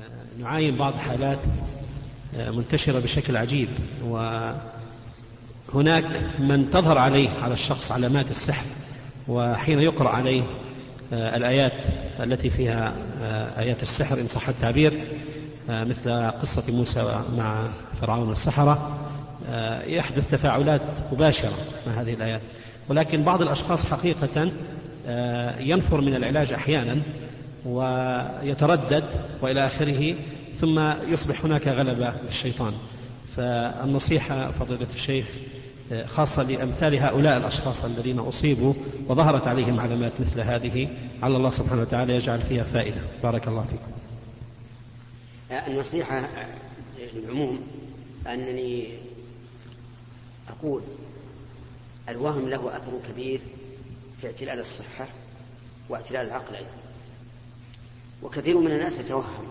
نعاين بعض حالات منتشرة بشكل عجيب، وهناك من تظهر عليه على الشخص علامات السحر، وحين يقرأ عليه الآيات التي فيها آيات السحر إن صح التعبير، مثل قصة موسى مع فرعون والسحرة، يحدث تفاعلات مباشرة مع هذه الآيات. ولكن بعض الأشخاص حقيقة ينفر من العلاج أحيانا ويتردد وإلى آخره، ثم يصبح هناك غلبة للشيطان. فالنصيحة فضيلة الشيخ خاصة لأمثال هؤلاء الأشخاص الذين أصيبوا وظهرت عليهم علامات مثل هذه، على الله سبحانه وتعالى يجعل فيها فائدة. بارك الله فيكم. النصيحة للعموم أنني أقول الوهم له أثر كبير في اعتلال الصحة واعتلال العقل أيضا. وكثير من الناس يتوهم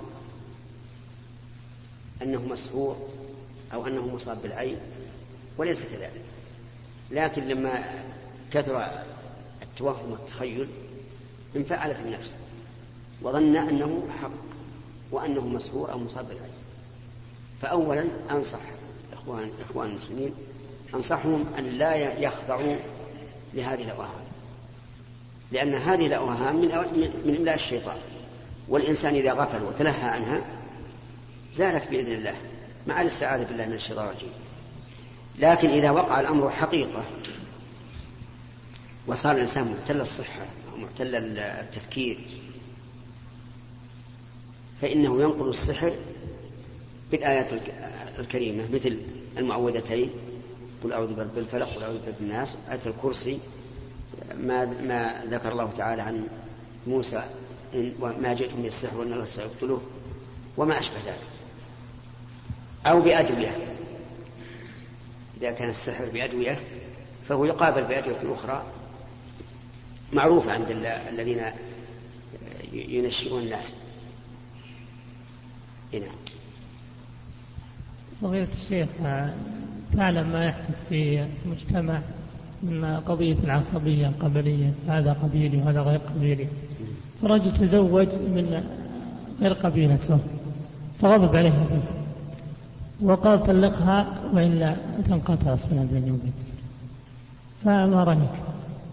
أنه مسحور أو أنه مصاب بالعين، وليس كذلك. لكن لما كثر التوهم والتخيل انفعلت النفس وظن أنه حق وأنه مسحور أو مصاب بالعين. فأولا أنصح إخوان المسلمين، أنصحهم أن لا يخضعوا لهذه الأوهام، لأن هذه الأوهام من إملاء الشيطان، والإنسان إذا غفل وتلهى عنها زالت بإذن الله مع الاستعاذة بالله من الشيطان الرجيم. لكن إذا وقع الأمر حقيقة وصار الإنسان معتل الصحة أو معتل التفكير، فإنه ينقض السحر بالآيات الكريمة مثل المعوذتين، قل أعوذ برب الفلق قل أعوذ برب الناس، آية الكرسي، ما ذكر الله تعالى عن موسى ما جئتم بالسحر وأن الله سيقتله وما أشبه ذلك. أو بأدوية، إذا كان السحر بأدوية فهو يقابل بأدوية أخرى معروفة عند الذين ينشئون الناس. هنا فضيلة الشيخ، تعلم ما يحدث في المجتمع من قضية العصبية القبلية، هذا قبيلي وهذا غير قبيلي. فرجل تزوج من غير قبيلته فغضب عليها به وقال طلقها وإلا تنقطع الصلة بيني وبينك، فما رأيك؟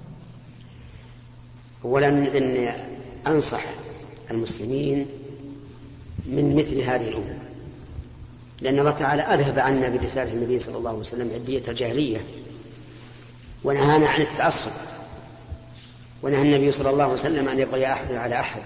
أولا إني أنصح المسلمين من مثل هذه الأمور، لأن الله تعالى أذهب عنا برسالة النبي صلى الله عليه وسلم عبية الجاهلية ونهانا عن التعصب، ونهى النبي صلى الله عليه وسلم أن يبغي أحد على أحد،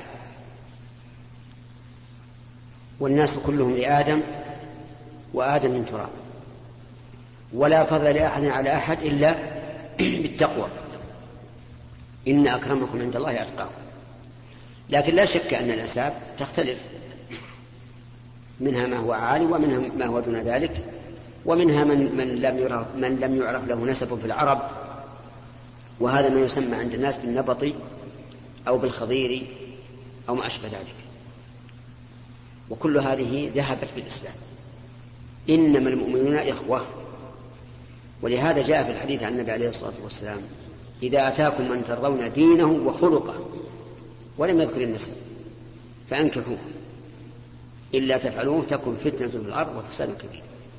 والناس كلهم لآدم وآدم من تراب، ولا فضل لأحد على أحد إلا بالتقوى، إن أكرمكم عند الله أتقاكم. لكن لا شك أن الأنساب تختلف، منها ما هو عالي ومنها ما هو دون ذلك، ومنها من لم يعرف له نسب في العرب، وهذا ما يسمى عند الناس بالنبطي أو بالخضيري أو ما أشبه ذلك. وكل هذه ذهبت بالإسلام، إنما المؤمنون إخوة. ولهذا جاء في الحديث عن النبي عليه الصلاة والسلام إذا أتاكم من ترضون دينه وخلقه، ولم يذكر النسب، فأنكحوه، إلا تفعلوه تكن فتنة في الأرض وفساد كبير.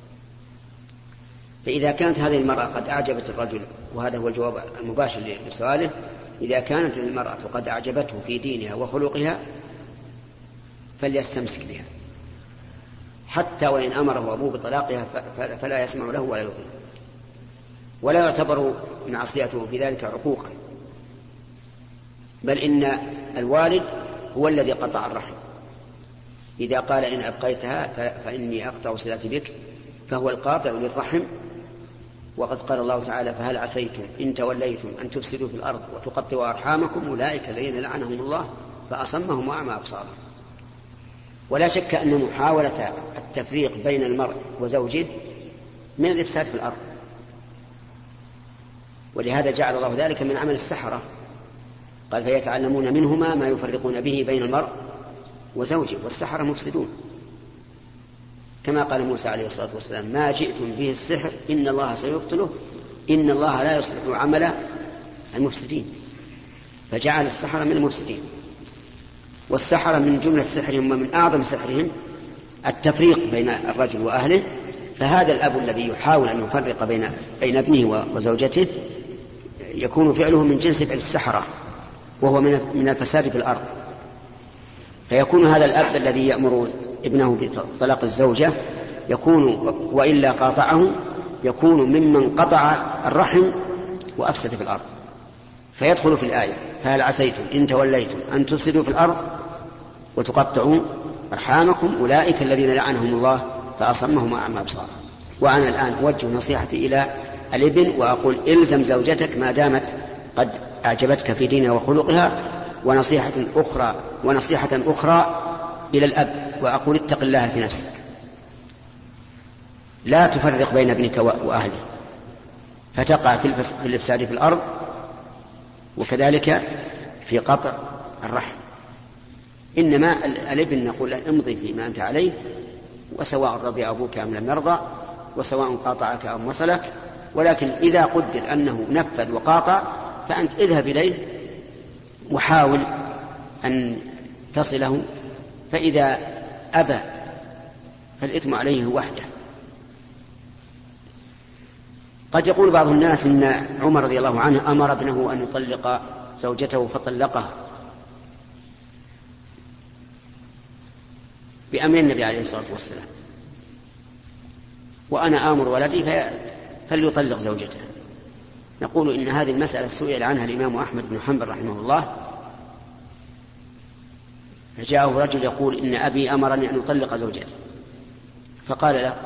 فإذا كانت هذه المرأة قد أعجبت الرجل، وهذا هو الجواب المباشر لسؤاله، إذا كانت المرأة قد أعجبته في دينها وخلقها فليستمسك بها، حتى وإن أمره أبوه بطلاقها فلا يسمع له ولا يطيع، ولا يعتبر معصيته في ذلك عقوقا، بل إن الوالد هو الذي قطع الرحم. إذا قال إن أبقيتها فإني أقطع صلتي بك، فهو القاطع للرحم. وقد قال الله تعالى فهل عسيتم إن توليتم أن تفسدوا في الأرض وتقطعوا أرحامكم أولئك الذين لعنهم الله فأصمهم وأعمى أبصارهم. ولا شك أن محاولة التفريق بين المرء وزوجه من الإفساد في الأرض، ولهذا جعل الله ذلك من عمل السحرة، قال فيتعلمون منهما ما يفرقون به بين المرء وزوجه، والسحرة مفسدون، كما قال موسى عليه الصلاة والسلام ما جئتم به السحر إن الله سيبطله إن الله لا يصلح عمل المفسدين، فجعل السحرة من المفسدين. والسحرة من جملة سحرهم ومن أعظم سحرهم التفريق بين الرجل وأهله، فهذا الأب الذي يحاول أن يفرق بين ابنه وزوجته يكون فعله من جنس فعل السحرة، وهو من الفساد في الأرض. فيكون هذا الأب الذي يأمر ابنه بطلاق الزوجة يكون وإلا قاطعه يكون ممن قطع الرحم وأفسد في الأرض، فيدخل في الآية: فهل عسيتم إن توليتم أن تفسدوا في الأرض وتقطعوا أرحامكم أولئك الذين لعنهم الله فأصمهم وأعمى أبصارهم. وأنا الآن أوجه نصيحتي إلى الابن وأقول: إلزم زوجتك ما دامت قد أعجبتك في دينها وخلقها. ونصيحة أخرى إلى الأب وأقول: اتق الله في نفسك، لا تفرق بين ابنك وأهله فتقع في الإفساد في الأرض، وكذلك في قطع الرحم. إنما الابن نقول: امضي فيما أنت عليه، وسواء رضي أبوك أم لم يرضى، وسواء قاطعك أم وصلك، ولكن إذا قدر أنه نفذ وقاطع فأنت اذهب إليه وحاول أن تصله، فإذا أبى فالإثم عليه وحده. قد يقول بعض الناس إن عمر رضي الله عنه أمر ابنه أن يطلق زوجته فطلقها بأمر النبي عليه الصلاة والسلام، وأنا آمر ولدي فليطلق زوجته. نقول إن هذه المسألة سئل عنها الإمام أحمد بن حنبل رحمه الله، فجاءه رجل يقول: إن أبي أمرني أن أطلق زوجته، فقال له: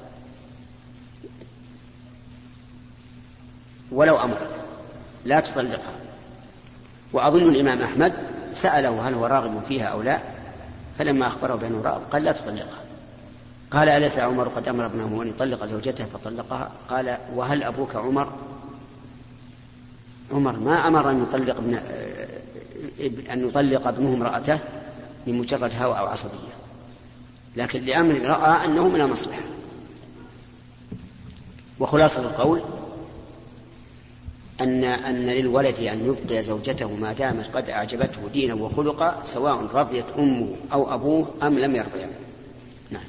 ولو أمر لا تطلقها. وأظن الإمام أحمد سأله هل هو راغب فيها أو لا، فلما أخبره بأنه راغب قال: لا تطلقها. قال: أليس عمر قد أمر ابنه أن يطلق زوجته فطلقها؟ قال: وهل أبوك عمر؟ عمر ما أمر أن يطلق ابنه امرأته بمجرد هوى أو عصبية، لكن لأمر رأى أنه من المصلحة. وخلاصة القول أن للولد أن يبقي زوجته ما دامت قد أعجبته دينه وخلقه، سواء رضيت أمه أو أبوه أم لم يرضيا. نعم.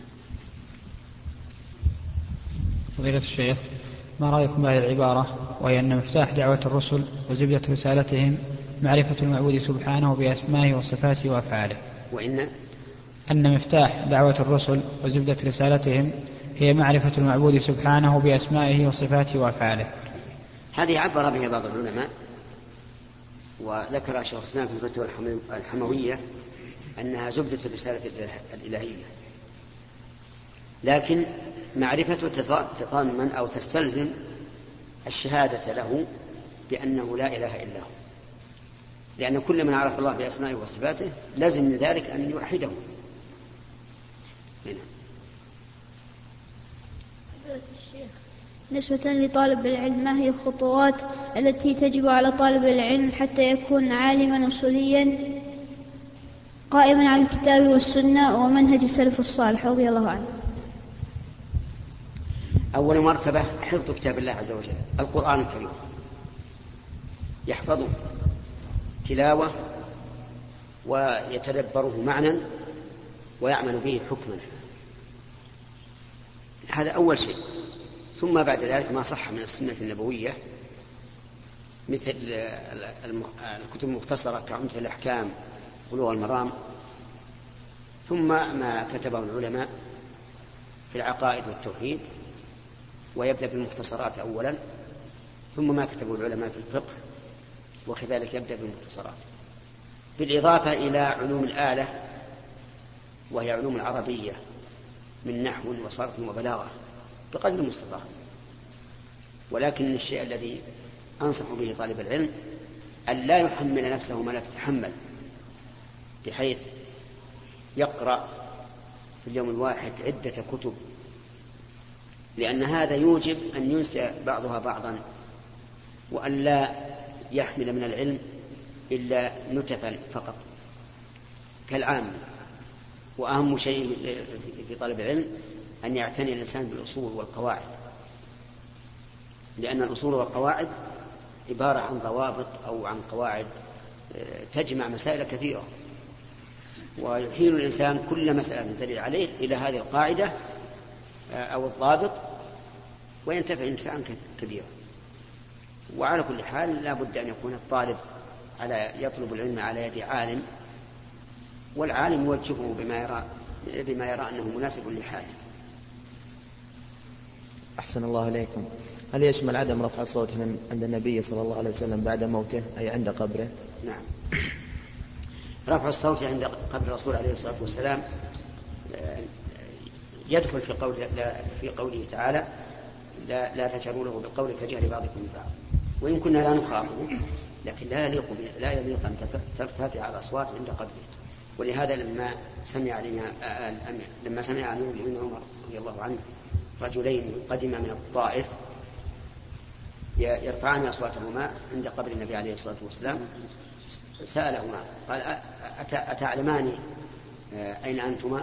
فضيلة الشيخ، ما رأيكم بهذه العبارة، وهي أن مفتاح دعوة الرسل وزبدة رسالتهم معرفة المعبود سبحانه بأسمائه وصفاته وأفعاله؟ وإن أن مفتاح دعوة الرسل وزبدة رسالتهم هي معرفة المعبود سبحانه بأسمائه وصفاته وأفعاله. هذه عبر بها بعض العلماء، وذكر شيخ الإسلام في الفتوى الحموية أنها زبدة الرسالة الإلهية، لكن معرفته تتضمن أو تستلزم الشهادة له بأنه لا إله إلا هو، لأن كل من عرف الله بأسمائه وصفاته لازم من ذلك أن يوحده. هنا. نسبة لطالب العلم، ما هي الخطوات التي تجب على طالب العلم حتى يكون عالما أصوليا قائما على الكتاب والسنة ومنهج السلف الصالح رضي الله عنه؟ أول مرتبة حفظ كتاب الله عز وجل، القرآن الكريم، يحفظه تلاوة ويتدبره معنى ويعمل به حكما، هذا أول شيء. ثم بعد ذلك ما صح من السنة النبوية مثل الكتب المختصرة كعمدة الأحكام، بلوغ المرام، ثم ما كتبه العلماء في العقائد والتوحيد، ويبدأ بالمختصرات أولا، ثم ما كتبه العلماء في الفقه، وكذلك يبدأ بالمختصرات، بالإضافة إلى علوم الآلة وهي علوم العربية من نحو وصرف وبلاغة بقدر المستطاع. ولكن الشيء الذي أنصح به طالب العلم أن لا يحمل نفسه ما لا تتحمل، بحيث يقرأ في اليوم الواحد عدة كتب، لأن هذا يوجب أن ينسى بعضها بعضا، وأن لا يحمل من العلم إلا نتفا فقط كالعام. وأهم شيء في طالب العلم أن يعتني الإنسان بالأصول والقواعد، لأن الأصول والقواعد عبارة عن ضوابط أو عن قواعد تجمع مسائل كثيرة، ويحيل الإنسان كل مسألة دليل عليه إلى هذه القاعدة أو الضابط وينتفع انتفاعا كبيرا. وعلى كل حال لا بد أن يكون الطالب يطلب العلم على يد عالم، والعالم يوجهه بما يرى أنه مناسب لحاله. أحسن الله إليكم. هل يشمل عدم رفع الصوت عند النبي صلى الله عليه وسلم بعد موته أي عند قبره؟ نعم، رفع الصوت عند قبر الرسول عليه الصلاة والسلام يدخل في قوله تعالى لا تجهروا له بالقول كجهر بعضكم ببعض. وإن كنا لا نخاطبه لكن لا يليق أن ترتفع الأصوات عند قبره. ولهذا لما سمع أمير المؤمنين عمر رضي الله عنه رجلين قدم من الطائف يرفعان أصواتهما عند قبر النبي عليه الصلاة والسلام، سألهما قال أتعلمان أين أنتما؟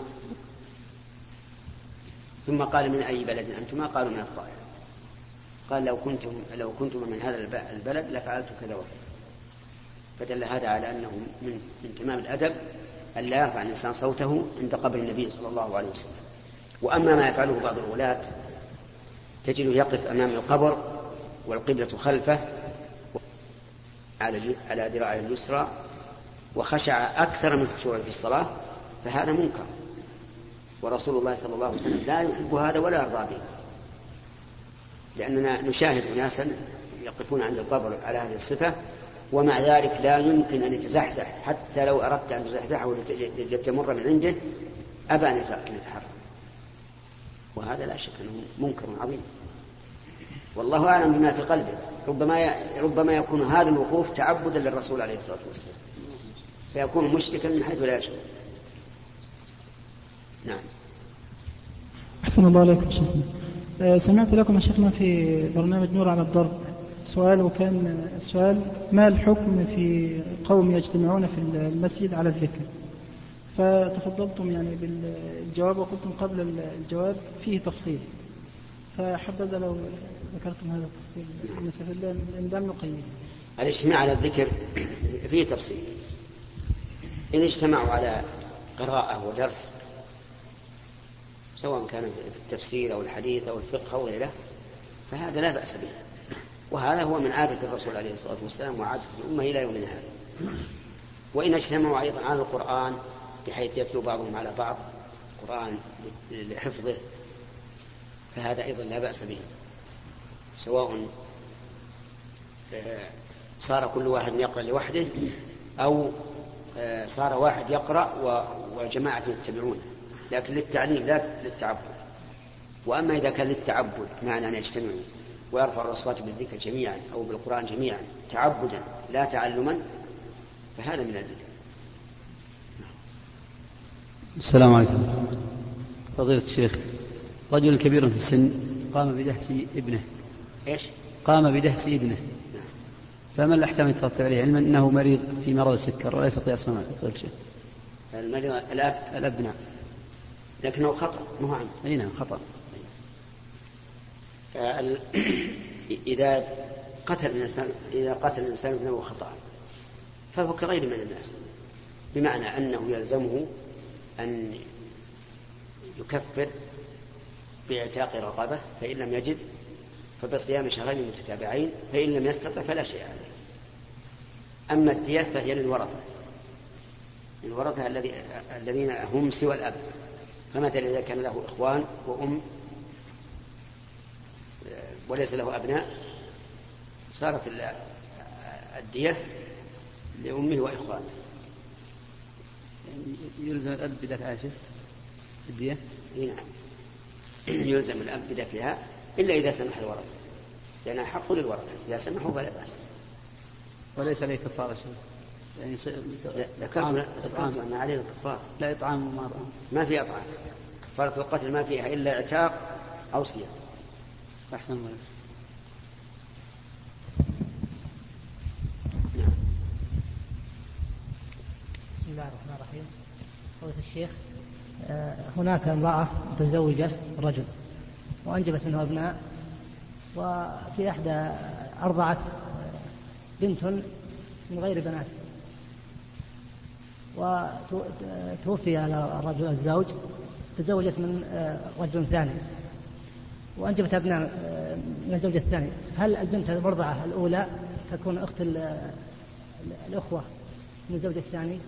ثم قال من أي بلد أنتما؟ قالوا من الطائف. قال لو كنتم من هذا البلد لفعلت كذا وكذا. فدل هذا على أنه من تمام الأدب أن لا يرفع الإنسان صوته عند قبر النبي صلى الله عليه وسلم. وأما ما يفعله بعض الولاة تجده يقف أمام القبر والقبلة خلفه على ذراعه اليسرى وخشع أكثر من خشوعه في الصلاة، فهذا منكر، ورسول الله صلى الله عليه وسلم لا يحب هذا ولا يرضى به. لأننا نشاهد أناسا يقفون عند القبر على هذه الصفة ومع ذلك لا يمكن أن يتزحزح، حتى لو أردت أن تزحزحه لتمر من عنده أبى أن يتحرك، وهذا لا شك أنه منكر عظيم. والله أعلم بما في قلبه، ربما يكون هذا الوقوف تعبدا للرسول عليه الصلاة والسلام فيكون مشركا من حيث لا يشعر. نعم. أحسن الله عليكم شيخنا. سمعت لكم يا شيخنا في برنامج نور على الضرب سؤال، وكان السؤال ما الحكم في قوم يجتمعون في المسجد على الذكر؟ فتفضلتم يعني بالجواب وقلتم قبل الجواب فيه تفصيل، فحبذا لو ذكرتم هذا التفصيل لأن لم نقيم. الاجتماع على الذكر فيه تفصيل. إن اجتمعوا على قراءة ودرس سواء كان في التفسير أو الحديث أو الفقه أو غيره فهذا لا بأس به، وهذا هو من عادة الرسول عليه الصلاة والسلام وعادة الأمة إلى يومنا هذا. وإن اجتمعوا أيضا على القرآن بحيث يتلو بعضهم على بعض القرآن لحفظه فهذا أيضا لا بأس به، سواء صار كل واحد يقرأ لوحده أو صار واحد يقرأ وجماعة يتبعونه، لكن للتعليم لا للتعبد. وأما إذا كان للتعبد معنى أن يجتمعوا ويرفع الأصوات بالذكر جميعا أو بالقرآن جميعا تعبدا لا تعلما فهذا من البدع. السلام عليكم. فضيلة الشيخ، رجل كبير في السن قام بدهس ابنه. إيش؟ قام بدهس ابنه. فما الأحكام التي عليه علما أنه مريض في مرض السكر وليس قياس مع فضيلة الشيخ؟ المريض الأب نعم. لكنه خطأ مو عمد. أي نعم خطأ. إذا قتل الإنسان ابنه خطأ فهو كغير من الناس، بمعنى أنه يلزمه أن يكفر باعتاق رقبة فإن لم يجد فبصيام شهرين متتابعين فإن لم يستطع فلا شيء عليه. أما الدية فهي للورثة الذين هم سوى الأب. فمثلا إذا كان له إخوان وأم وليس له أبناء صارت الدية لأمه وإخوانه. يلزم الأب بدفعها الدية؟ نعم، يلزم الأب بدفعها إلا إذا سمح الورثة، لأنها حق للورثة، إذا سمحوا فلا بأس. وليس عليه كفارة يعني ذكرنا أن عليه الكفارة. لا إطعام ما في أطعام. كفارة القتل ما فيها إلا اعتاق أو صيام. أحسن الله. نعم. بسم الله الرحمن الرحيم. فضيلة الشيخ، هناك امرأة متزوجة رجل وأنجبت منه أبناء، وفي إحدى أرضعت بنت من غير بنات، وتوفي على الرجل الزوج، تزوجت من رجل ثاني وأنجبت أبناء من الزوج الثاني، هل البنت المرضعة الأولى تكون أخت الأخوة من الزوج الثاني؟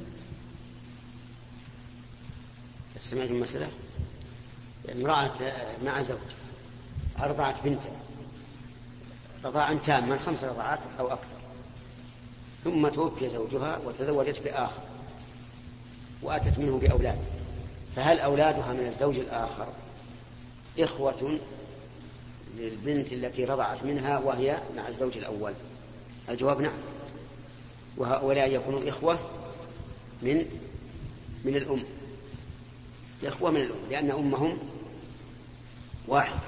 سمعت المسألة؟ امرأة مع زوج أرضعت بنتا رضاعا تاما 5 رضاعات أو أكثر، ثم توفي زوجها وتزوجت بآخر وأتت منه بأولاد، فهل أولادها من الزوج الآخر إخوة للبنت التي رضعت منها وهي مع الزوج الأول؟ الجواب نعم، وهؤلاء يكونون إخوة من الأم، إخوة من الأم لأن أمهم واحد.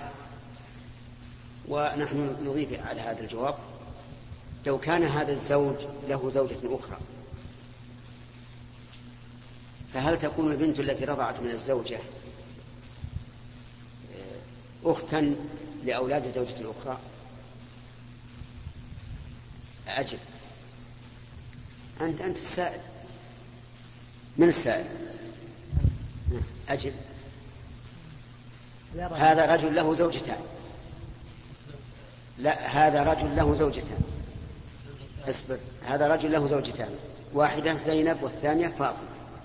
ونحن نضيف على هذا الجواب لو كان هذا الزوج له زوجة أخرى فهل تكون البنت التي رضعت من الزوجة أختا لأولاد الزوجة الأخرى؟ أجب، أنت السائل. من السائل؟ أجب. هذا رجل له زوجتان. لا، هذا رجل له زوجتان. اصبر، هذا رجل له زوجتان، واحدة زينب والثانية فاطمة،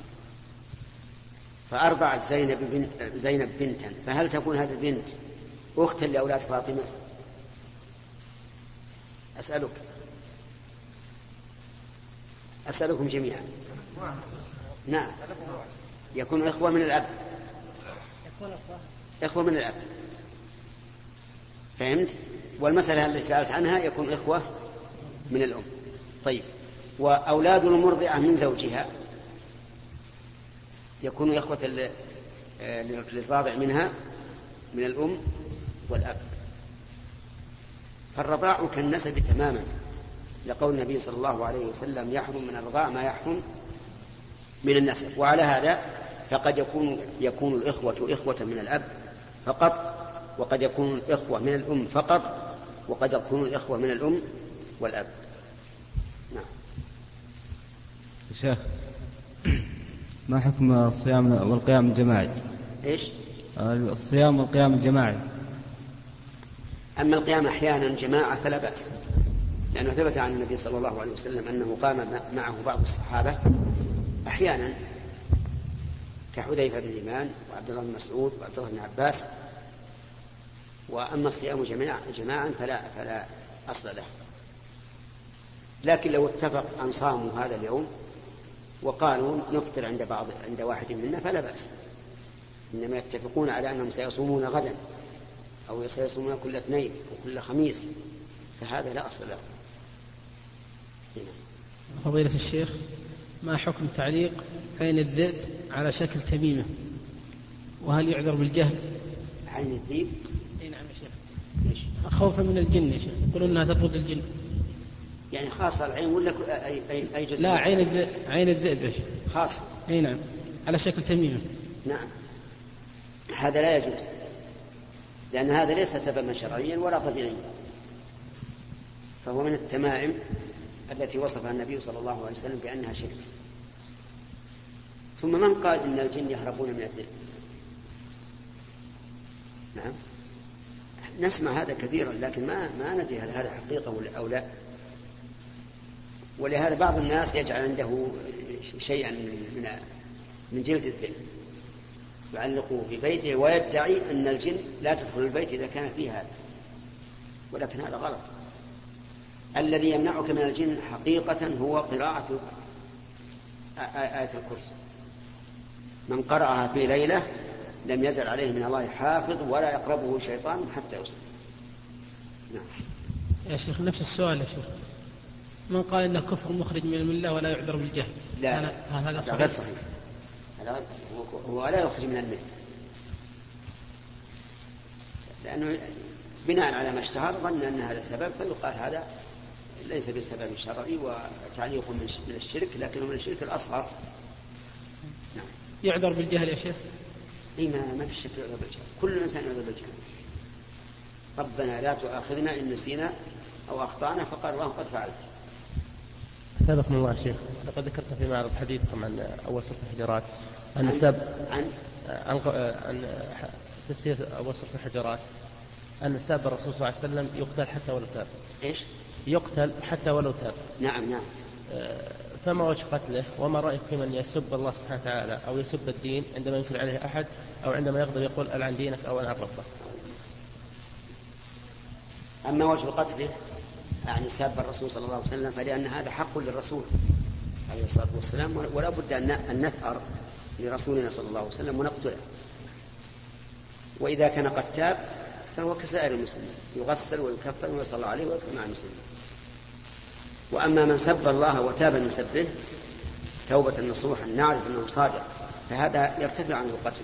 فأرضعت زينب بنتا، فهل تكون هذه البنت أختا لأولاد فاطمة؟ أسألكم جميعا. نعم، يكون إخوة من الأب، إخوة من الأب، فهمت؟ والمسألة التي سألت عنها يكون إخوة من الأم. طيب، وأولاد المرضعة من زوجها يكون إخوة للراضع منها من الأم والأب، فالرضاع كالنسب تماما، لقول النبي صلى الله عليه وسلم يحرم من الرضاع ما يحرم من النسب. وعلى هذا فقد يكون الإخوة إخوة من الأب فقط، وقد يكون الإخوة من الأم فقط، وقد يكون الإخوة من الأم والأب. نعم. شيخ، ما حكم الصيام والقيام الجماعي؟ إيش؟ الصيام والقيام الجماعي. أما القيام أحيانا جماعة فلا بأس، لأنه ثبت عن النبي صلى الله عليه وسلم أنه قام معه بعض الصحابة أحيانا كحذيفة بن اليمان وعبد الله بن مسعود وعبد الله بن عباس. وأما الصيام جماعا فلا أصل له. لكن لو اتفق أن صاموا هذا اليوم وقالوا نفطر عند واحد منا فلا بأس، إنما يتفقون على أنهم سيصومون غدا أو سيصومون كل اثنين وكل خميس، فهذا لا أصل له. فضيلة الشيخ، ما حكم تعليق عين الذئب على شكل تميمة، وهل يعذر بالجهل؟ عين الذئب؟ اي نعم يا شيخ. خوفا من الجن يا شيخ، يقولون انها تطرد الجن. يعني خاصة العين ولا أي جزء؟ لا، عين الذئب يا شيخ خاصة. اي نعم، على شكل تميمة. نعم، هذا لا يجوز، لأن هذا ليس سببا شرعيا ولا طبيعيا، فهو من التمائم التي وصفها النبي صلى الله عليه وسلم بأنها شرك. ثم من قال إن الجن يهربون من الذئب؟ نعم، نسمع هذا كثيرا، لكن ما ندري هل هذا حقيقة أو لا. ولهذا بعض الناس يجعل عنده شيئا من جلد الذئب يعلقه في بيته ويدعي أن الجن لا تدخل البيت إذا كان فيه هذا، ولكن هذا غلط. الذي يمنعك من الجن حقيقة هو قراءة آية الكرسي، من قرأها في ليلة لم يزل عليه من الله حافظ ولا يقربه شيطان حتى يصبح. نعم. يا شيخ نفس السؤال يا شيخ، من قال إنه كفر مخرج من الملة ولا يعذر بالجهل؟ لا، هذا غير صحيح، هو لا يخرج من الملة، لأنه بناء على ما اشتهر ظن أن هذا سبب، فيقال هذا ليس بسبب شرعي وتعليق من الشرك، لكنه من الشرك الأصغر. نعم. يعذر بالجهل يا شيخ؟ إيه، ما في الشرك يعذر بالجهل، كل إنسان يعذر بالجهل. ربنا لا تؤاخذنا إن نسينا أو أخطأنا، فقال الله قد فعلت. أثابكم الله شيخ. لقد ذكرت في معرض حديثكم عن أول سورة الحجرات أن السب عن تفسير أول سورة الحجرات أن ساب الرسول صلى الله عليه وسلم يقتل حتى ولو تاب. إيش؟ يقتل حتى ولو تاب. نعم نعم. فما وجه قتله وما رأيك في من يسب الله سبحانه وتعالى أو يسب الدين عندما ينكر عليه أحد أو عندما يغضب يقول ألعن دينك أو ألعن ربك؟ أما وجه قتله يعني ساب الرسول صلى الله عليه وسلم فلأن هذا حق للرسول عليه الصلاة والسلام، ولا بد أن نثأر لرسولنا صلى الله عليه وسلم ونقتله. وإذا كان قد تاب فهو كسائر المسلمين، يغسل ويكفن ويصلى عليه ويدخل مع المسلمين. وأما من سب الله وتاب من سبه توبة نصوحا نعرف أنه صادق فهذا يرتفع عنه القتل،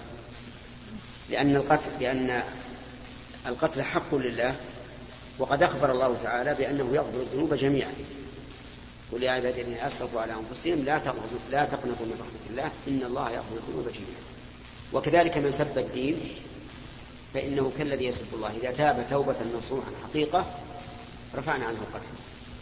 لأن القتل حق لله، وقد أخبر الله تعالى بأنه يغفر الذنوب جميعا. قل يا عبادي الذين أسرفوا على أنفسهم لا تقنطوا من رحمة الله إن الله يغفر الذنوب جميعا. وكذلك من سب الدين فإنه كالذي يسب الله، إذا تاب توبة نصوحا حقيقة رفعنا عنه القتل.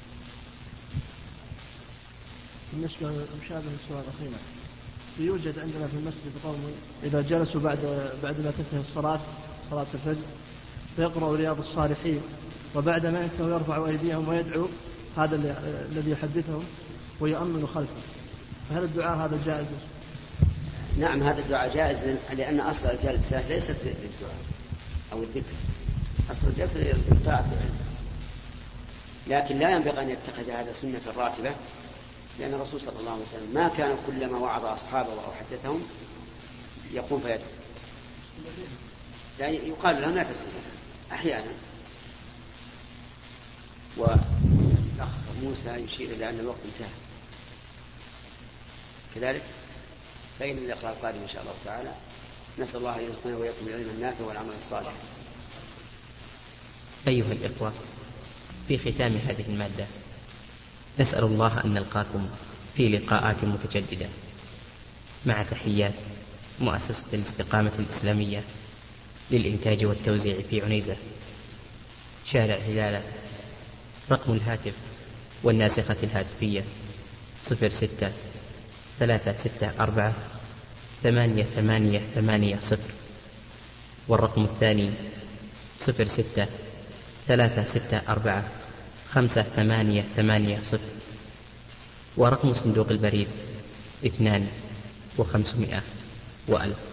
بالنسبة لمشابه السؤال الأخير، يوجد عندنا في المسجد قوم إذا جلسوا بعد ما تنتهي صلاة الفجر فيقرأوا رياض الصالحين، وبعد ما انتهوا يرفعوا أيديهم ويدعو هذا الذي يحدثهم ويؤمن خلفه، فهل الدعاء هذا جائز؟ نعم هذا الدعاء جائز، لأن أصل الجلسة ليست للدعاء أو الذكر، أصل الجلسة للإلقاء في العلم، لكن لا ينبغي أن يتخذ هذا سنة راتبة، لأن الرسول صلى الله عليه وسلم ما كان كلما وعظ أصحابه أو حدثهم يقوم فيدعو، يعني يقال لهم لا تسلم أحيانا. والأخ موسى يشير إلى أن الوقت انتهى كذلك، فإن اللقاء القادم إن شاء الله تعالى نسأل الله أن يرزقنا وإياكم العلم النافع والعمل الصالح. أيها الإخوة، في ختام هذه المادة نسأل الله أن نلقاكم في لقاءات متجددة، مع تحيات مؤسسة الاستقامة الإسلامية للإنتاج والتوزيع في عنيزة، شارع هلالة. رقم الهاتف والناسخة الهاتفية 06-364-8880، والرقم الثاني 06-364-5880، ورقم صندوق البريد 2500 و1000.